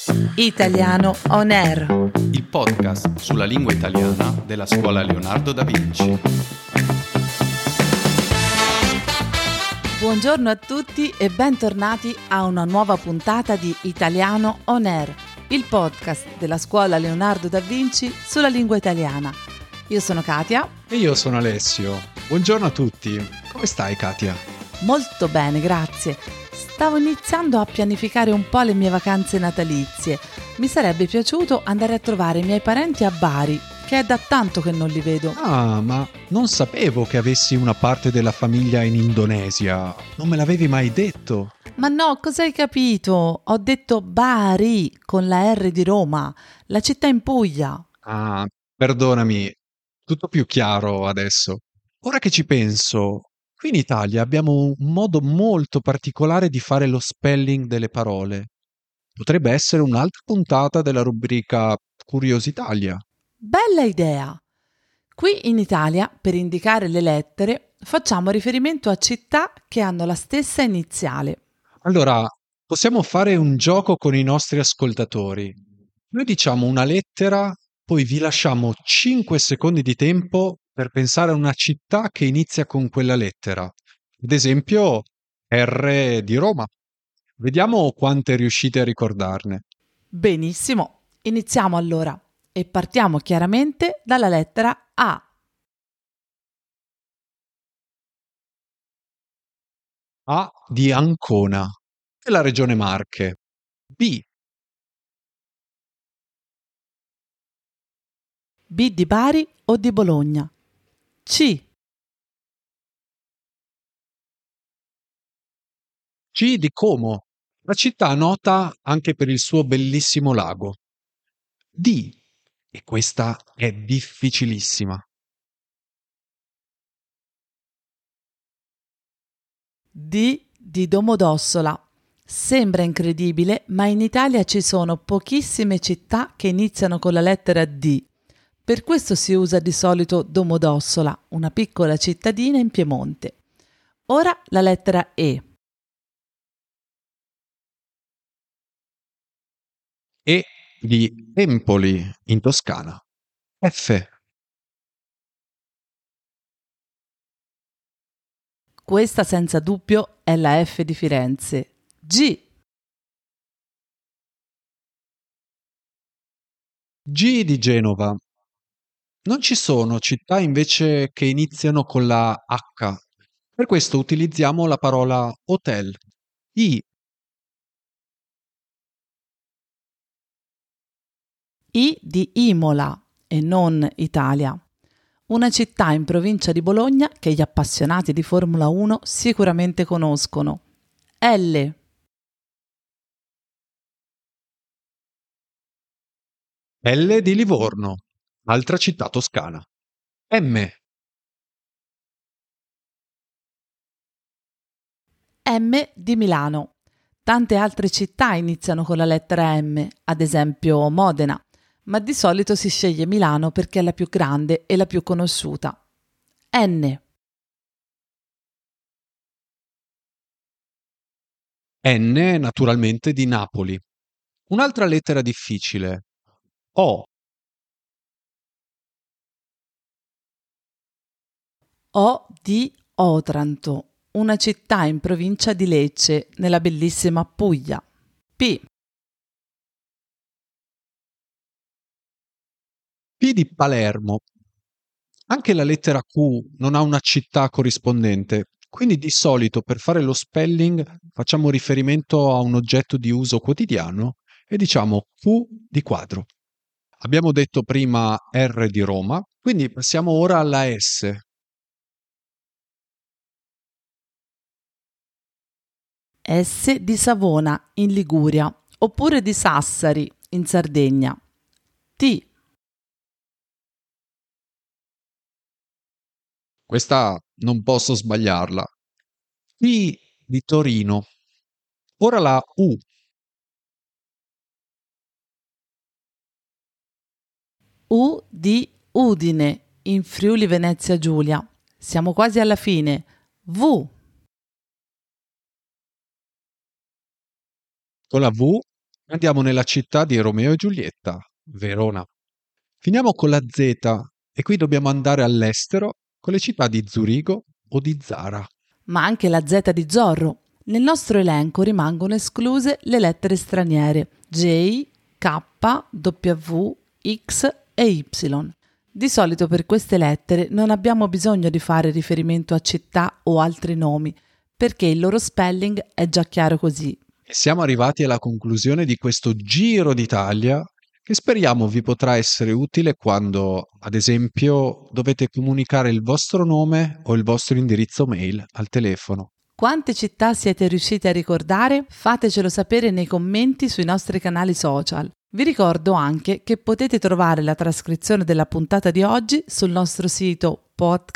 Italiano On Air, il podcast sulla lingua italiana della Scuola Leonardo da Vinci. Buongiorno a tutti e bentornati a una nuova puntata di Italiano On Air, il podcast della Scuola Leonardo da Vinci sulla lingua italiana. Io sono Katia. E io sono Alessio. Buongiorno a tutti. Come stai, Katia? Molto bene, grazie. Stavo iniziando a pianificare un po' le mie vacanze natalizie. Mi sarebbe piaciuto andare a trovare i miei parenti a Bari, che è da tanto che non li vedo. Ah, ma non sapevo che avessi una parte della famiglia in Indonesia. Non me l'avevi mai detto. Ma no, cosa hai capito? Ho detto Bari, con la R di Roma, la città in Puglia. Ah, perdonami. Tutto più chiaro adesso. Ora che ci penso, qui in Italia abbiamo un modo molto particolare di fare lo spelling delle parole. Potrebbe essere un'altra puntata della rubrica Curiositalia. Bella idea! Qui in Italia, per indicare le lettere, facciamo riferimento a città che hanno la stessa iniziale. Allora, possiamo fare un gioco con i nostri ascoltatori. Noi diciamo una lettera, poi vi lasciamo 5 secondi di tempo per pensare a una città che inizia con quella lettera. Ad esempio, R di Roma. Vediamo quante riuscite a ricordarne. Benissimo, iniziamo allora e partiamo chiaramente dalla lettera A. A di Ancona, della regione Marche. B. B di Bari o di Bologna. C. C di Como, la città nota anche per il suo bellissimo lago. D. E questa è difficilissima. D di Domodossola. Sembra incredibile, ma in Italia ci sono pochissime città che iniziano con la lettera D. Per questo si usa di solito Domodossola, una piccola cittadina in Piemonte. Ora la lettera E. E di Empoli, in Toscana. F. Questa senza dubbio è la F di Firenze. G. G di Genova. Non ci sono città invece che iniziano con la H. Per questo utilizziamo la parola hotel. I. I di Imola e non Italia. Una città in provincia di Bologna che gli appassionati di Formula 1 sicuramente conoscono. L. L di Livorno, altra città toscana. M. M di Milano. Tante altre città iniziano con la lettera M, ad esempio Modena, ma di solito si sceglie Milano perché è la più grande e la più conosciuta. N. N naturalmente di Napoli. Un'altra lettera difficile. O. O di Otranto, una città in provincia di Lecce, nella bellissima Puglia. P. P di Palermo. Anche la lettera Q non ha una città corrispondente, quindi di solito per fare lo spelling facciamo riferimento a un oggetto di uso quotidiano e diciamo Q di quadro. Abbiamo detto prima R di Roma, quindi passiamo ora alla S. S di Savona, in Liguria, oppure di Sassari, in Sardegna. T. Questa non posso sbagliarla. T di Torino. Ora la U. U di Udine, in Friuli Venezia Giulia. Siamo quasi alla fine. V. Con la V Andiamo nella città di Romeo e Giulietta, Verona. Finiamo con la Z e qui dobbiamo andare all'estero con le città di Zurigo o di Zara. Ma anche la Z di Zorro. Nel nostro elenco rimangono escluse le lettere straniere J, K, W, X e Y. Di solito per queste lettere non abbiamo bisogno di fare riferimento a città o altri nomi, perché il loro spelling è già chiaro così. E siamo arrivati alla conclusione di questo Giro d'Italia che speriamo vi potrà essere utile quando, ad esempio, dovete comunicare il vostro nome o il vostro indirizzo mail al telefono. Quante città siete riusciti a ricordare? Fatecelo sapere nei commenti sui nostri canali social. Vi ricordo anche che potete trovare la trascrizione della puntata di oggi sul nostro sito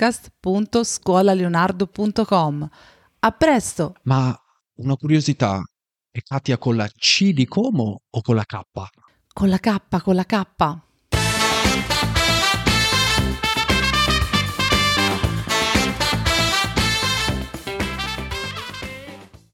podcast.scuolaleonardo.com. A presto! Ma una curiosità, è Katia con la C di Como o con la K? Con la K, con la K.